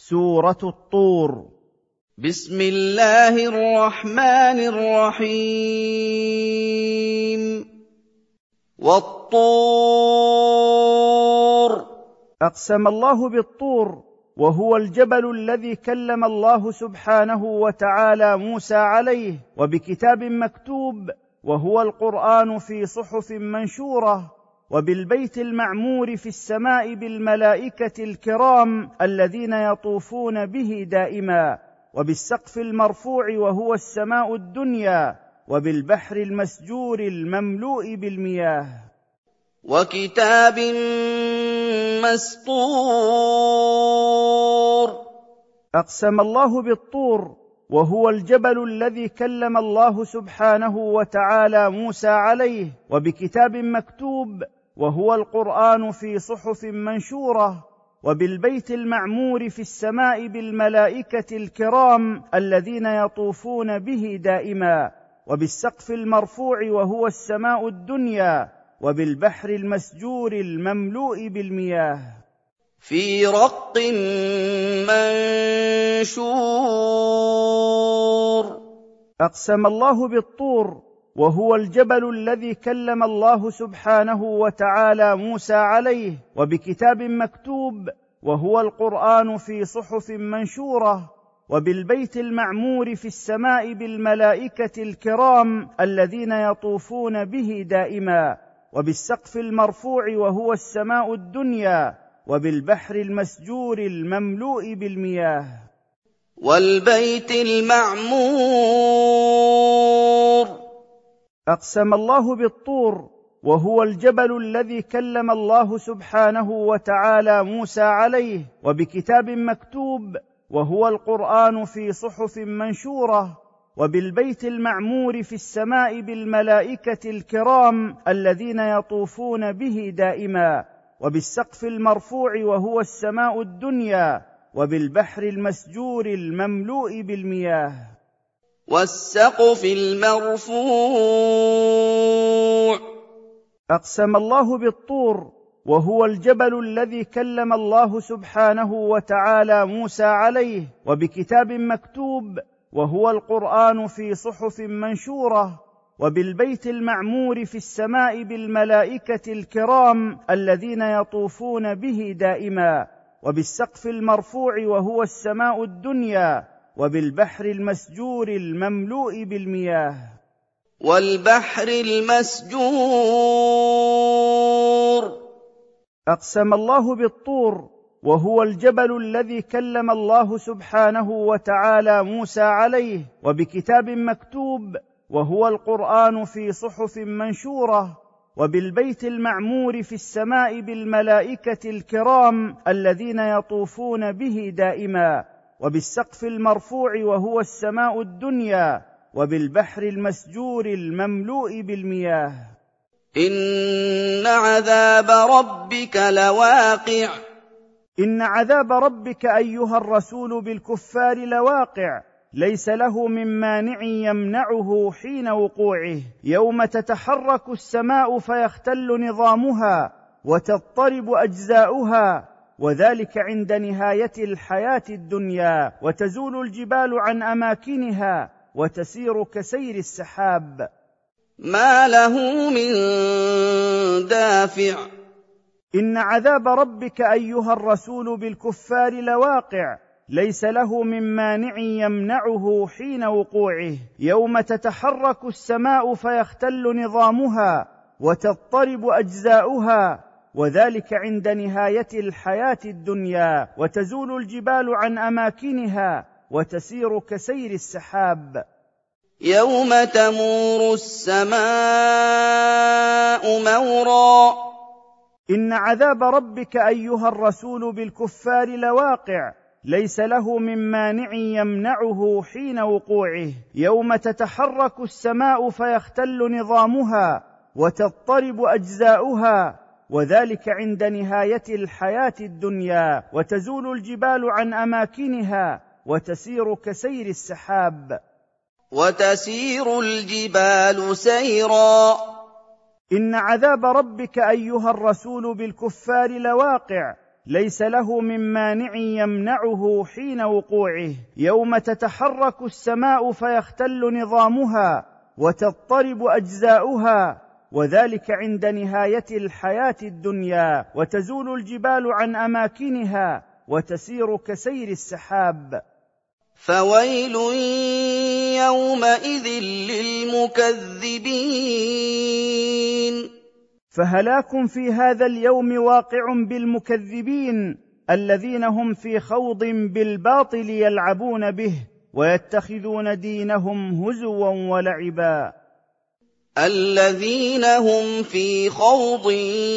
سورة الطور. بسم الله الرحمن الرحيم. والطور. أقسم الله بالطور، وهو الجبل الذي كلم الله سبحانه وتعالى موسى عليه، وبكتاب مكتوب، وهو القرآن في صحف منشورة، وبالبيت المعمور في السماء بالملائكة الكرام الذين يطوفون به دائما، وبالسقف المرفوع وهو السماء الدنيا، وبالبحر المسجور المملوء بالمياه، وكتاب مسطور. أقسم الله بالطور، وهو الجبل الذي كلم الله سبحانه وتعالى موسى عليه، وبكتاب مكتوب، وهو القرآن في صحف منشورة، وبالبيت المعمور في السماء بالملائكة الكرام الذين يطوفون به دائما، وبالسقف المرفوع وهو السماء الدنيا، وبالبحر المسجور المملوء بالمياه، في رق منشور. أقسم الله بالطور، وهو الجبل الذي كلم الله سبحانه وتعالى موسى عليه، وبكتاب مكتوب، وهو القرآن في صحف منشورة، وبالبيت المعمور في السماء بالملائكة الكرام الذين يطوفون به دائما، وبالسقف المرفوع وهو السماء الدنيا، وبالبحر المسجور المملوء بالمياه، والبيت المعمور. أقسم الله بالطور، وهو الجبل الذي كلم الله سبحانه وتعالى موسى عليه، وبكتاب مكتوب، وهو القرآن في صحف منشورة، وبالبيت المعمور في السماء بالملائكة الكرام الذين يطوفون به دائما، وبالسقف المرفوع وهو السماء الدنيا، وبالبحر المسجور المملوء بالمياه، والسقف المرفوع. أقسم الله بالطور، وهو الجبل الذي كلم الله سبحانه وتعالى موسى عليه، وبكتاب مكتوب، وهو القرآن في صحف منشورة، وبالبيت المعمور في السماء بالملائكة الكرام الذين يطوفون به دائما، وبالسقف المرفوع وهو السماء الدنيا، وبالبحر المسجور المملوء بالمياه، والبحر المسجور. أقسم الله بالطور، وهو الجبل الذي كلم الله سبحانه وتعالى موسى عليه، وبكتاب مكتوب، وهو القرآن في صحف منشورة، وبالبيت المعمور في السماء بالملائكة الكرام الذين يطوفون به دائما، وبالسقف المرفوع وهو السماء الدنيا، وبالبحر المسجور المملوء بالمياه، إن عذاب ربك لواقع. إن عذاب ربك أيها الرسول بالكفار لواقع، ليس له من مانع يمنعه حين وقوعه، يوم تتحرك السماء فيختل نظامها وتضطرب أجزاؤها، وذلك عند نهاية الحياة الدنيا، وتزول الجبال عن أماكنها وتسير كسير السحاب، ما له من دافع. إن عذاب ربك أيها الرسول بالكفار لواقع، ليس له من مانع يمنعه حين وقوعه، يوم تتحرك السماء فيختل نظامها وتضطرب أجزاؤها، وذلك عند نهاية الحياة الدنيا، وتزول الجبال عن أماكنها وتسير كسير السحاب، يوم تمور السماء مورا. إن عذاب ربك أيها الرسول بالكفار لواقع، ليس له من مانع يمنعه حين وقوعه، يوم تتحرك السماء فيختل نظامها وتضطرب أجزاؤها، وذلك عند نهاية الحياة الدنيا، وتزول الجبال عن أماكنها وتسير كسير السحاب، وتسير الجبال سيرا. إن عذاب ربك أيها الرسول بالكفار لواقع، ليس له من مانع يمنعه حين وقوعه، يوم تتحرك السماء فيختل نظامها وتضطرب أجزاؤها، وذلك عند نهاية الحياة الدنيا، وتزول الجبال عن أماكنها وتسير كسير السحاب. فويل يومئذ للمكذبين. فهلاك في هذا اليوم واقع بالمكذبين الذين هم في خوض بالباطل يلعبون به ويتخذون دينهم هزوا ولعبا. الذين هم في خوض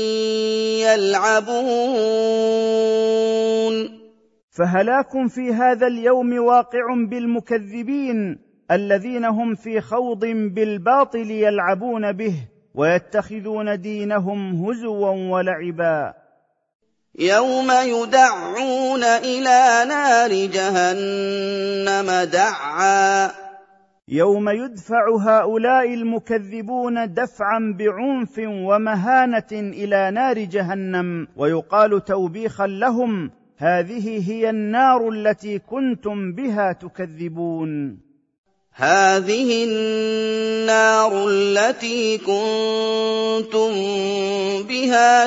يلعبون. فهلاك في هذا اليوم واقع بالمكذبين الذين هم في خوض بالباطل يلعبون به ويتخذون دينهم هزوا ولعبا. يوم يدعون إلى نار جهنم دعا. يوم يدفع هؤلاء المكذبون دفعا بعنف ومهانة إلى نار جهنم، ويقال توبيخا لهم: هذه هي النار التي كنتم بها تكذبون. هذه النار التي كنتم بها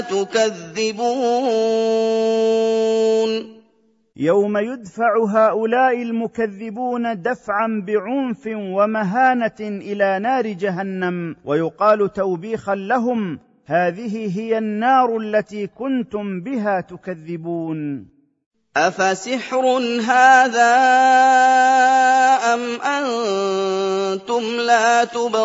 تكذبون. يوم يدفع هؤلاء المكذبون دفعا بعنف ومهانة إلى نار جهنم، ويقال توبيخا لهم: هذه هي النار التي كنتم بها تكذبون. أفسحر هذا أم أنتم لا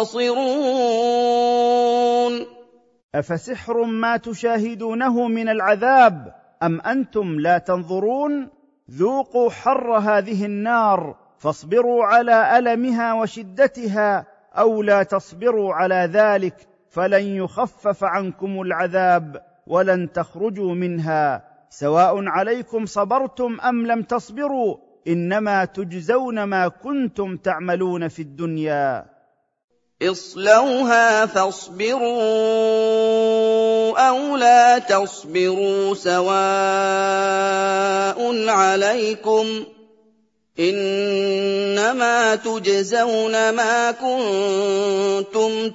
تبصرون. أفسحر ما تشاهدونه من العذاب أم أنتم لا تنظرون؟ ذوقوا حر هذه النار فاصبروا على ألمها وشدتها، أو لا تصبروا على ذلك فلن يخفف عنكم العذاب ولن تخرجوا منها، سواء عليكم صبرتم أم لم تصبروا، إنما تجزون ما كنتم تعملون في الدنيا. اصلوها فاصبروا أو لا تصبروا سواء عليكم، إنما تجزون ما كنتم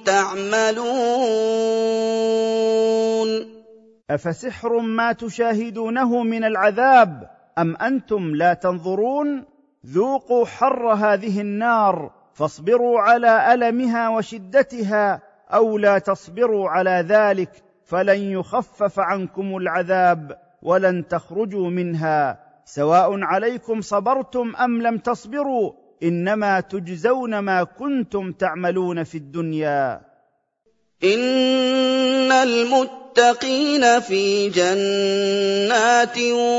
تعملون. أفسحر ما تشاهدونه من العذاب أم أنتم لا تنظرون؟ ذوقوا حر هذه النار فاصبروا على ألمها وشدتها، أو لا تصبروا على ذلك فلن يخفف عنكم العذاب ولن تخرجوا منها، سواء عليكم صبرتم أم لم تصبروا، إنما تجزون ما كنتم تعملون في الدنيا. إن المتقين في جنات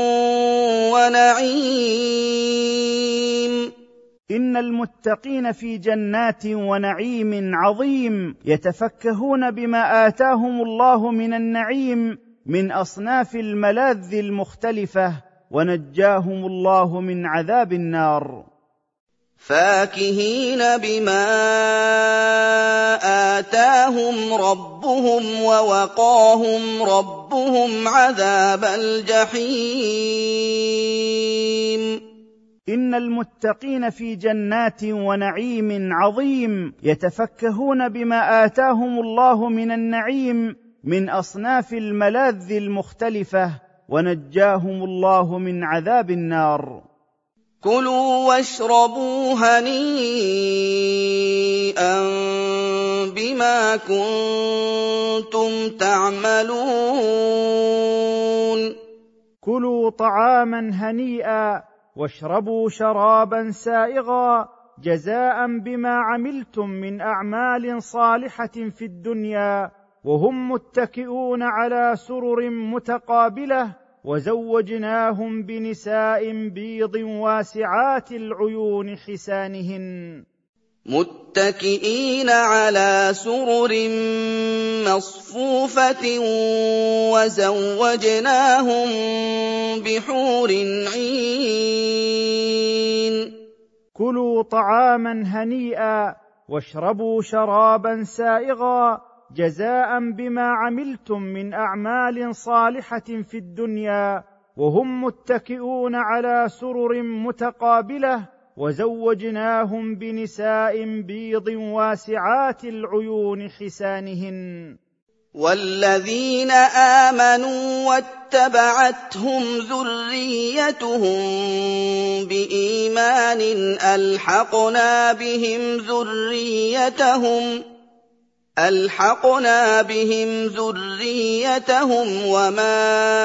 ونعيم. إن المتقين في جنات ونعيم عظيم، يتفكهون بما آتاهم الله من النعيم من أصناف الملاذ المختلفة، ونجاهم الله من عذاب النار. فاكهين بما آتاهم ربهم ووقاهم ربهم عذاب الجحيم. إن المتقين في جنات ونعيم عظيم، يتفكهون بما آتاهم الله من النعيم من أصناف الملاذ المختلفة، ونجاهم الله من عذاب النار. كلوا واشربوا هنيئا بما كنتم تعملون. كلوا طعاما هنيئا واشربوا شرابا سائغا جزاء بما عملتم من أعمال صالحة في الدنيا، وهم متكئون على سرر متقابلة، وزوجناهم بنساء بيض واسعات العيون حسانهن. متكئين على سرر مصفوفة وزوجناهم بحور عين. كلوا طعاما هنيئا واشربوا شرابا سائغا جزاء بما عملتم من أعمال صالحة في الدنيا، وهم متكئون على سرر متقابلة، وزوجناهم بنساء بيض واسعات العيون حسانهن. والذين آمنوا واتبعتهم ذريتهم بإيمان ألحقنا بهم ذريتهم وما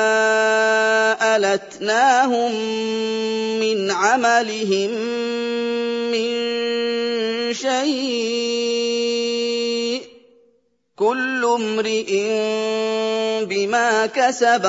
ألتناهم من عملهم من شيء، كل امرئ بما كسب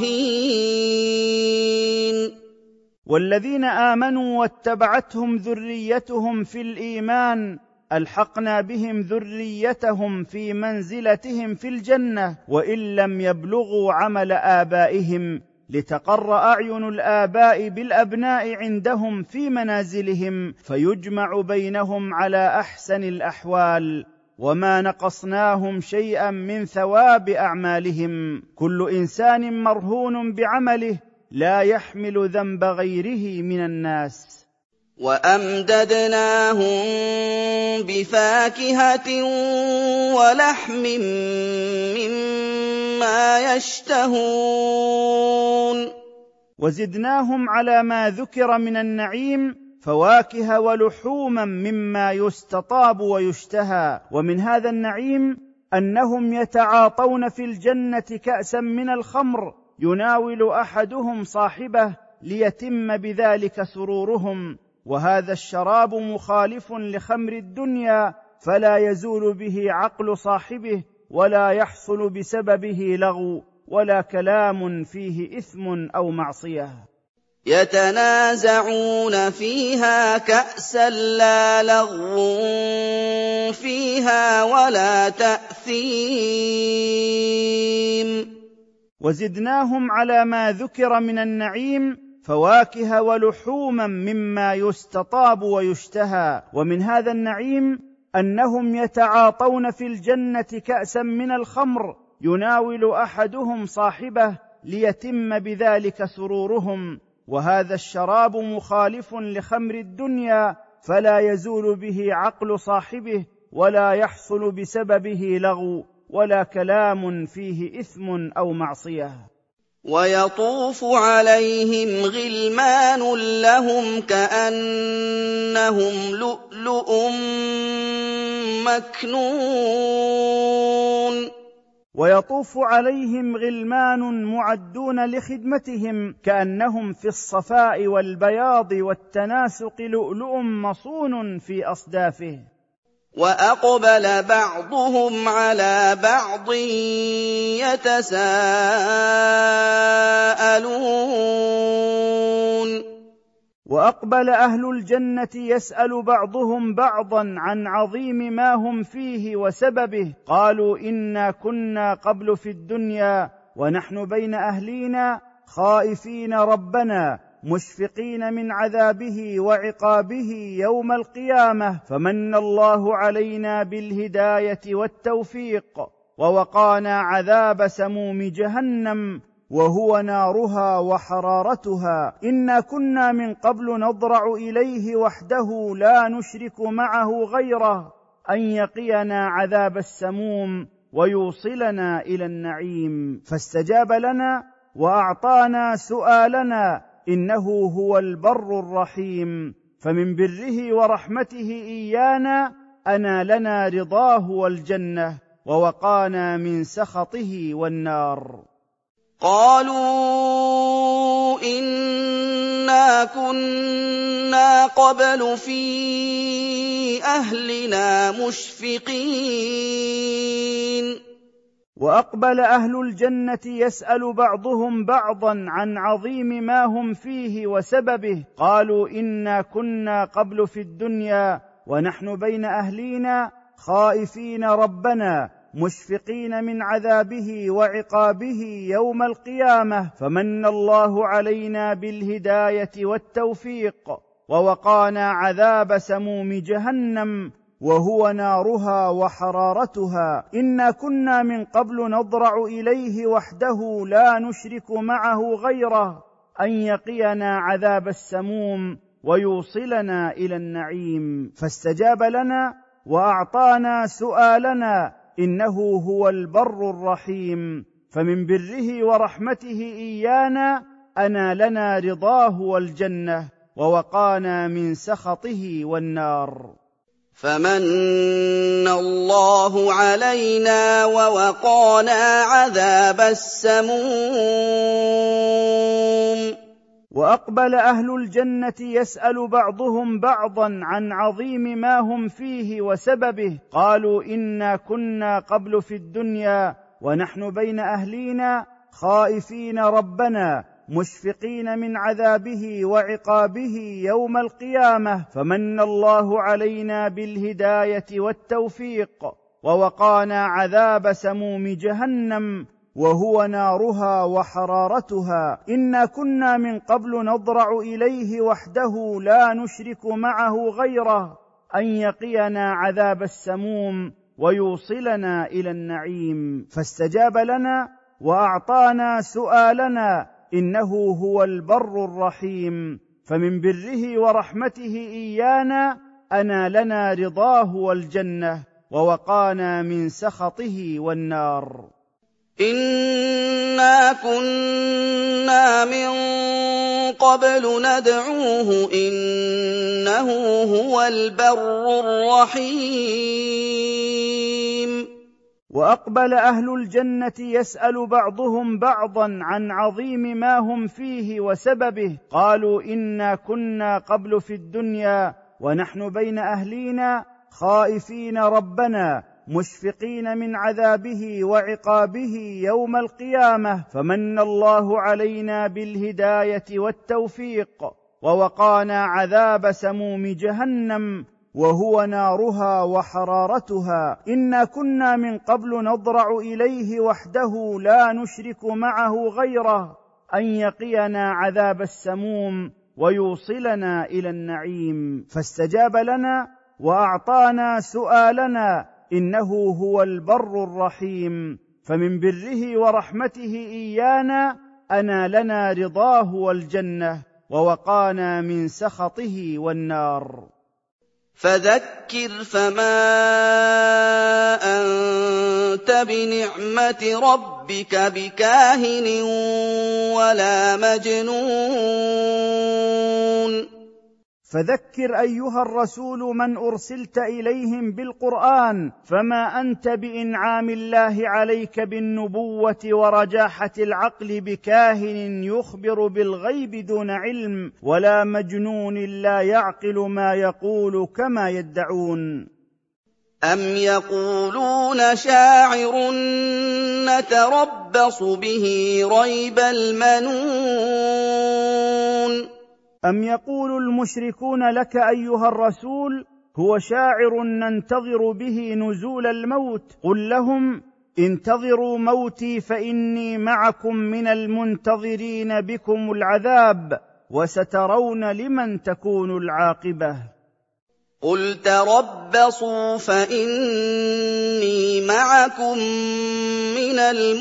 رهين. والذين آمنوا واتبعتهم ذريتهم في الإيمان ألحقنا بهم ذريتهم في منزلتهم في الجنة وإن لم يبلغوا عمل آبائهم، لتقر أعين الآباء بالأبناء عندهم في منازلهم، فيجمع بينهم على أحسن الأحوال، وما نقصناهم شيئا من ثواب أعمالهم. كل إنسان مرهون بعمله لا يحمل ذنب غيره من الناس. وأمددناهم بفاكهة ولحم مما يشتهون. وزدناهم على ما ذكر من النعيم فواكه ولحوما مما يستطاب ويشتهى. ومن هذا النعيم أنهم يتعاطون في الجنة كأسا من الخمر يناول أحدهم صاحبه ليتم بذلك سرورهم، وهذا الشراب مخالف لخمر الدنيا، فلا يزول به عقل صاحبه، ولا يحصل بسببه لغو ولا كلام فيه إثم أو معصية. يتنازعون فيها كأسا لا لغو فيها ولا تأثيم. وزدناهم على ما ذكر من النعيم فواكه ولحوما مما يستطاب ويشتهى. ومن هذا النعيم أنهم يتعاطون في الجنة كأسا من الخمر يناول أحدهم صاحبه ليتم بذلك سرورهم، وهذا الشراب مخالف لخمر الدنيا، فلا يزول به عقل صاحبه، ولا يحصل بسببه لغو ولا كلام فيه إثم أو معصية. ويطوف عليهم غلمان لهم كأنهم لؤلؤ مكنون. ويطوف عليهم غلمان معدون لخدمتهم كأنهم في الصفاء والبياض والتناسق لؤلؤ مصون في أصدافه. وأقبل بعضهم على بعض يتساءلون. وأقبل أهل الجنة يسأل بعضهم بعضا عن عظيم ما هم فيه وسببه، قالوا إنا كنا قبل في الدنيا ونحن بين أهلينا خائفين ربنا مشفقين من عذابه وعقابه يوم القيامة، فمن الله علينا بالهداية والتوفيق ووقانا عذاب سموم جهنم وهو نارها وحرارتها، إنا كنا من قبل نضرع إليه وحده لا نشرك معه غيره أن يقينا عذاب السموم ويوصلنا إلى النعيم، فاستجاب لنا وأعطانا سؤالنا إنه هو البر الرحيم، فمن بره ورحمته إيانا أنالنا رضاه والجنة ووقانا من سخطه والنار. قالوا إنا كنا قبل في أهلنا مشفقين. وأقبل أهل الجنة يسأل بعضهم بعضا عن عظيم ما هم فيه وسببه، قالوا إنا كنا قبل في الدنيا ونحن بين أهلينا خائفين ربنا مشفقين من عذابه وعقابه يوم القيامة، فمن الله علينا بالهداية والتوفيق ووقانا عذاب سموم جهنم وهو نارها وحرارتها، إنا كنا من قبل نضرع إليه وحده لا نشرك معه غيره أن يقينا عذاب السموم ويوصلنا إلى النعيم. فاستجاب لنا وأعطانا سؤالنا، إنه هو البر الرحيم، فمن بره ورحمته إيانا أنالنا رضاه والجنة، ووقانا من سخطه والنار. فمن الله علينا ووقانا عذاب السموم. وأقبل أهل الجنة يسأل بعضهم بعضا عن عظيم ما هم فيه وسببه، قالوا إنا كنا قبل في الدنيا ونحن بين أهلينا خائفين ربنا مشفقين من عذابه وعقابه يوم القيامة، فمن الله علينا بالهداية والتوفيق، ووقانا عذاب سموم جهنم وهو نارها وحرارتها. إنا كنا من قبل نضرع إليه وحده لا نشرك معه غيره، أن يقينا عذاب السموم ويوصلنا إلى النعيم. فاستجاب لنا وأعطانا سؤالنا، إنه هو البر الرحيم، فمن بره ورحمته إيانا أنالنا رضاه والجنة، ووقانا من سخطه والنار. إنا كنا من قبل ندعوه إنه هو البر الرحيم. وأقبل أهل الجنة يسأل بعضهم بعضا عن عظيم ما هم فيه وسببه، قالوا إنا كنا قبل في الدنيا ونحن بين أهلينا خائفين ربنا مشفقين من عذابه وعقابه يوم القيامة، فمن الله علينا بالهداية والتوفيق، ووقانا عذاب سموم جهنم وهو نارها وحرارتها. إنا كنا من قبل نضرع إليه وحده لا نشرك معه غيره، أن يقينا عذاب السموم ويوصلنا إلى النعيم. فاستجاب لنا وأعطانا سؤالنا، إنه هو البر الرحيم، فمن بره ورحمته إيانا أنالنا رضاه والجنة، ووقانا من سخطه والنار. فذكر فما أنت بنعمة ربك بكاهن ولا مجنون. فذكر أيها الرسول من أرسلت إليهم بالقرآن، فما أنت بإنعام الله عليك بالنبوة ورجاحة العقل بكاهن يخبر بالغيب دون علم، ولا مجنون لا يعقل ما يقول كما يدعون. أم يقولون شاعر نتربص به ريب المنون. أم يقول المشركون لك أيها الرسول هو شاعر ننتظر به نزول الموت، قل لهم انتظروا موتي فإني معكم من المنتظرين بكم العذاب، وسترون لمن تكون العاقبة. قل تربصوا فإني معكم من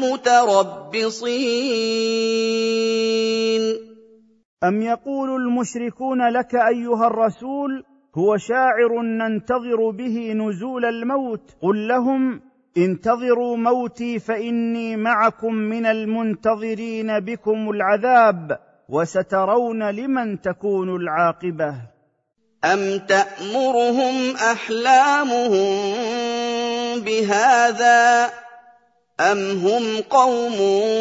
المتربصين. أم يقول المشركون لك أيها الرسول هو شاعر ننتظر به نزول الموت، قل لهم انتظروا موتي فإني معكم من المنتظرين بكم العذاب، وسترون لمن تكون العاقبة. أم تأمرهم أحلامهم بهذا أم هم قوم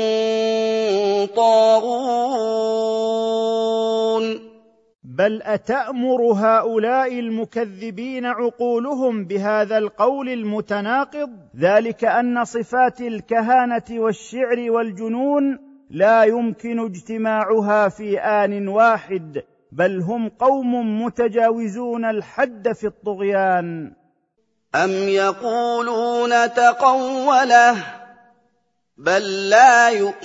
طاغون. بل أتأمر هؤلاء المكذبين عقولهم بهذا القول المتناقض؟ ذلك أن صفات الكهانة والشعر والجنون لا يمكن اجتماعها في آن واحد، بل هم قوم متجاوزون الحد في الطغيان. أم يقولون تقوله بل لا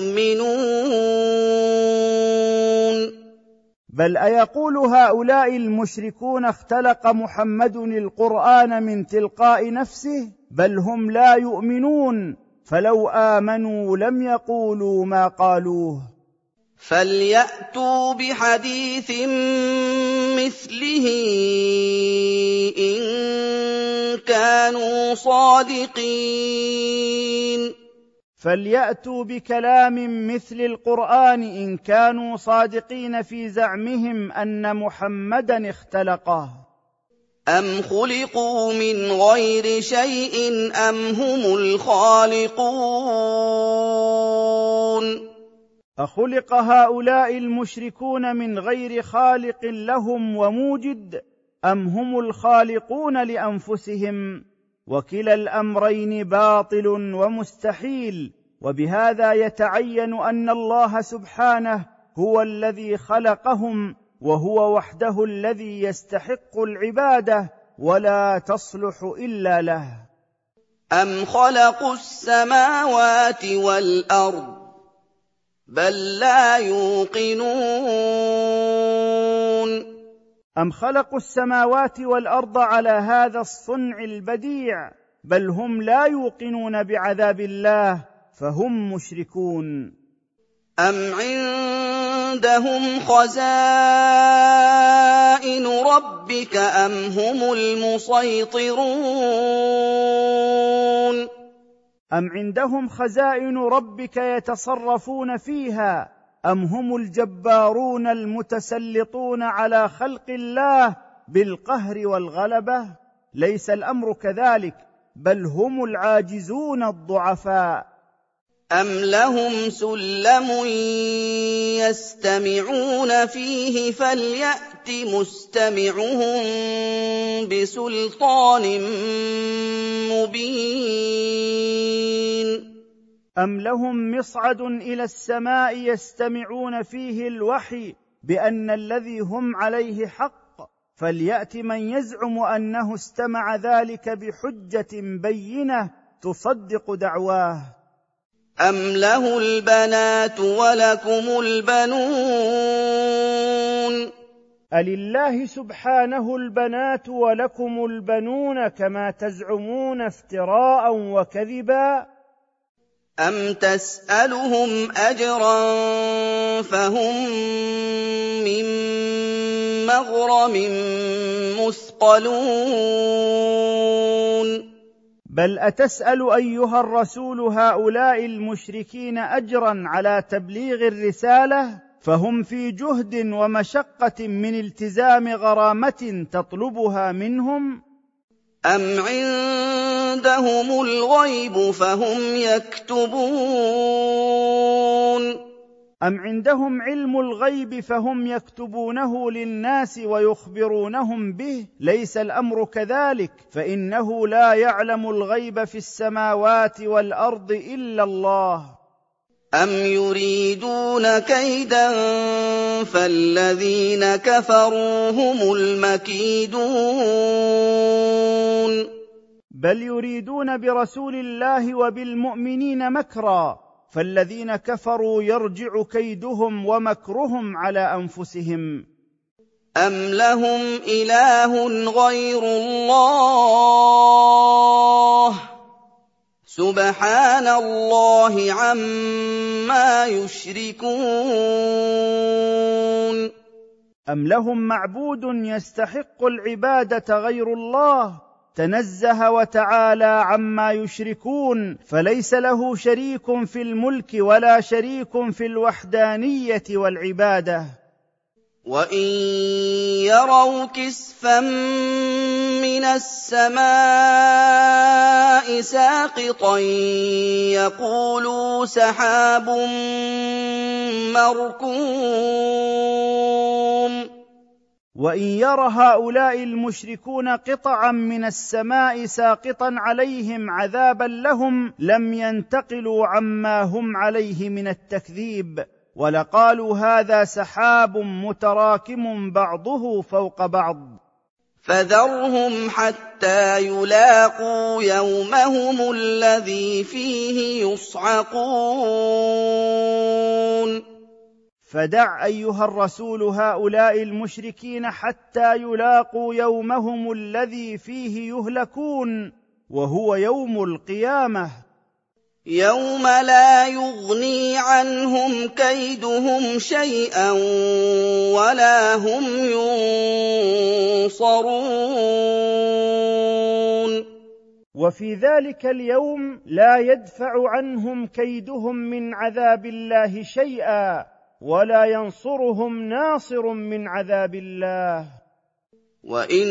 يؤمنون. بل أيقول هؤلاء المشركون اختلق محمد القرآن من تلقاء نفسه؟ بل هم لا يؤمنون، فلو آمنوا لم يقولوا ما قالوه. فَلْيَأْتُوا بِحَدِيثٍ مِّثْلِهِ إِن كَانُوا صَادِقِينَ فليأتوا بكلام مثل القرآن إن كانوا صادقين في زعمهم أن محمدًا اختلقه. أَمْ خُلِقُوا مِنْ غَيْرِ شَيْءٍ أَمْ هُمُ الْخَالِقُونَ أخلق هؤلاء المشركون من غير خالق لهم وموجد أم هم الخالقون لأنفسهم؟ وكلا الأمرين باطل ومستحيل، وبهذا يتعين أن الله سبحانه هو الذي خلقهم، وهو وحده الذي يستحق العبادة ولا تصلح إلا له. أَمْ خَلَقُوا السَّمَاوَاتِ وَالْأَرْضَ بَل لَّا يُوقِنُونَ أم خلقوا السماوات والأرض على هذا الصنع البديع، بل هم لا يوقنون بعذاب الله فهم مشركون. أَمْ عِندَهُمْ خَزَائِنُ رَبِّكَ أَمْ هُمُ الْمُصَيْطِرُونَ أم عندهم خزائن ربك يتصرفون فيها أم هم الجبارون المتسلطون على خلق الله بالقهر والغلبة؟ ليس الأمر كذلك، بل هم العاجزون الضعفاء. أَمْ لَهُمْ سُلَّمٌ يَسْتَمِعُونَ فِيهِ فَلْيَأْتِ مُسْتَمِعُهُم بِسُلْطَانٍ مُّبِينٍ أم لهم مصعد إلى السماء يستمعون فيه الوحي بأن الذي هم عليه حق؟ فليأت من يزعم أنه استمع ذلك بحجة بينة تصدق دعواه. أَمْ لَهُ الْبَنَاتُ وَلَكُمُ الْبَنُونَ ألله سبحانه البنات ولكم البنون كما تزعمون افتراء وكذبا؟ أَمْ تَسْأَلُهُمْ أَجْرًا فَهُم مِّن مَّغْرَمٍ مُّثْقَلُونَ بل أتسأل أيها الرسول هؤلاء المشركين أجرا على تبليغ الرسالة؟ فهم في جهد ومشقة من التزام غرامة تطلبها منهم. أَمْ عِندَهُمُ الْغَيْبُ فَهُمْ يَكْتُبُونَ أم عندهم علم الغيب فهم يكتبونه للناس ويخبرونهم به؟ ليس الأمر كذلك، فإنه لا يعلم الغيب في السماوات والأرض إلا الله. أَمْ يُرِيدُونَ كَيْدًا فَالَّذِينَ كَفَرُوا هُمُ الْمَكِيدُونَ بل يريدون برسول الله وبالمؤمنين مكرا، فالذين كفروا يرجع كيدهم ومكرهم على أنفسهم. أَمْ لَهُمْ إِلَٰهٌ غَيْرُ اللَّهِ سُبْحَانَ اللَّهِ عَمَّا يُشْرِكُونَ أم لهم معبود يستحق العبادة غير الله؟ تنزه وتعالى عما يشركون، فليس له شريك في الملك ولا شريك في الوحدانية والعبادة. وَإِن يَرَوْا كِسْفًا مِّنَ السَّمَاءِ سَاقِطًا يَقُولُوا سَحَابٌ مَّرْكُومٌ وإن ير هؤلاء المشركون قطعا من السماء ساقطا عليهم عذابا لهم لم ينتقلوا عما هم عليه من التكذيب، ولقالوا هذا سحاب متراكم بعضه فوق بعض. فَذَرْهُمْ حَتَّىٰ يُلَاقُوا يَوْمَهُمُ الَّذِي فِيهِ يُصْعَقُونَ فدع أيها الرسول هؤلاء المشركين حتى يلاقوا يومهم الذي فيه يهلكون، وهو يوم القيامة. يَوْمَ لَا يُغْنِي عَنْهُمْ كَيْدُهُمْ شَيْئًا وَلَا هُمْ يُنصَرُونَ. وفي ذلك اليوم لا يدفع عنهم كيدهم من عذاب الله شيئا، ولا ينصرهم ناصر من عذاب الله. وَإِنَّ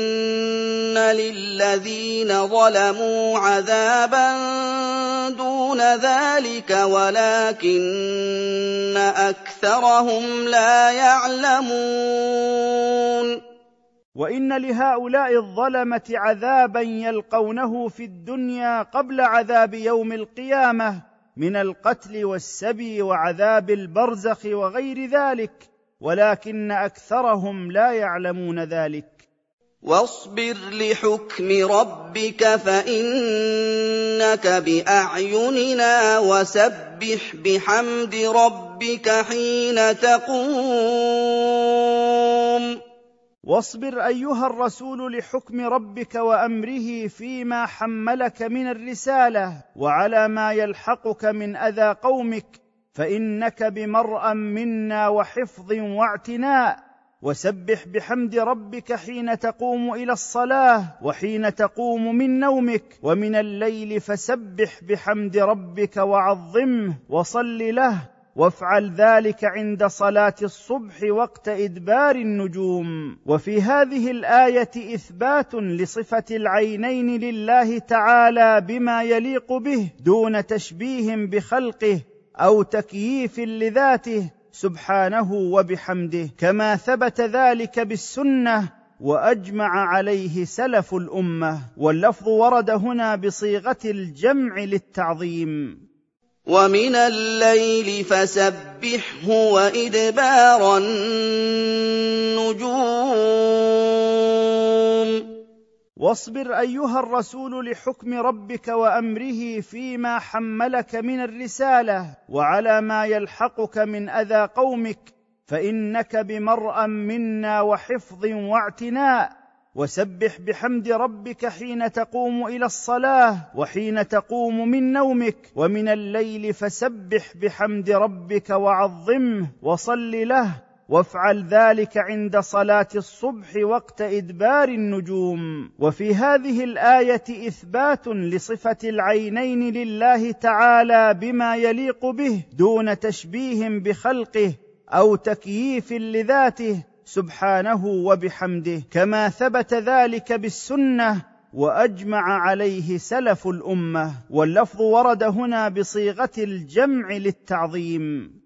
لِلَّذِينَ ظَلَمُوا عَذَابًا دُونَ ذَلِكَ وَلَٰكِنَّ أَكْثَرَهُمْ لَا يَعْلَمُونَ. وإن لهؤلاء الظلمة عذابا يلقونه في الدنيا قبل عذاب يوم القيامة من القتل والسبي وعذاب البرزخ وغير ذلك، ولكن أكثرهم لا يعلمون ذلك. وَاصْبِرْ لِحُكْمِ رَبِّكَ فَإِنَّكَ بِأَعْيُنِنَا وَسَبِّحْ بِحَمْدِ رَبِّكَ حِينَ تَقُومُ. واصبر أيها الرسول لحكم ربك وأمره فيما حملك من الرسالة وعلى ما يلحقك من أذى قومك، فإنك بمرأ منا وحفظ واعتناء. وسبح بحمد ربك حين تقوم إلى الصلاة وحين تقوم من نومك، ومن الليل فسبح بحمد ربك وعظمه وصل له، وافعل ذلك عند صلاة الصبح وقت إدبار النجوم. وفي هذه الآية إثبات لصفة العينين لله تعالى بما يليق به دون تشبيه بخلقه أو تكييف لذاته سبحانه وبحمده، كما ثبت ذلك بالسنة وأجمع عليه سلف الأمة. واللفظ ورد هنا بصيغة الجمع للتعظيم. وَمِنَ اللَّيْلِ فَسَبِّحْهُ وَإِدْبَارَ النُّجُومِ. واصبر أيها الرسول لحكم ربك وأمره فيما حملك من الرسالة وعلى ما يلحقك من أذى قومك، فإنك بمرأ منا وحفظ واعتناء. وسبح بحمد ربك حين تقوم إلى الصلاة وحين تقوم من نومك، ومن الليل فسبح بحمد ربك وعظمه وصل له، وافعل ذلك عند صلاة الصبح وقت إدبار النجوم. وفي هذه الآية إثبات لصفة العينين لله تعالى بما يليق به دون تشبيه بخلقه أو تكييف لذاته سبحانه وبحمده، كما ثبت ذلك بالسنة وأجمع عليه سلف الأمة. واللفظ ورد هنا بصيغة الجمع للتعظيم.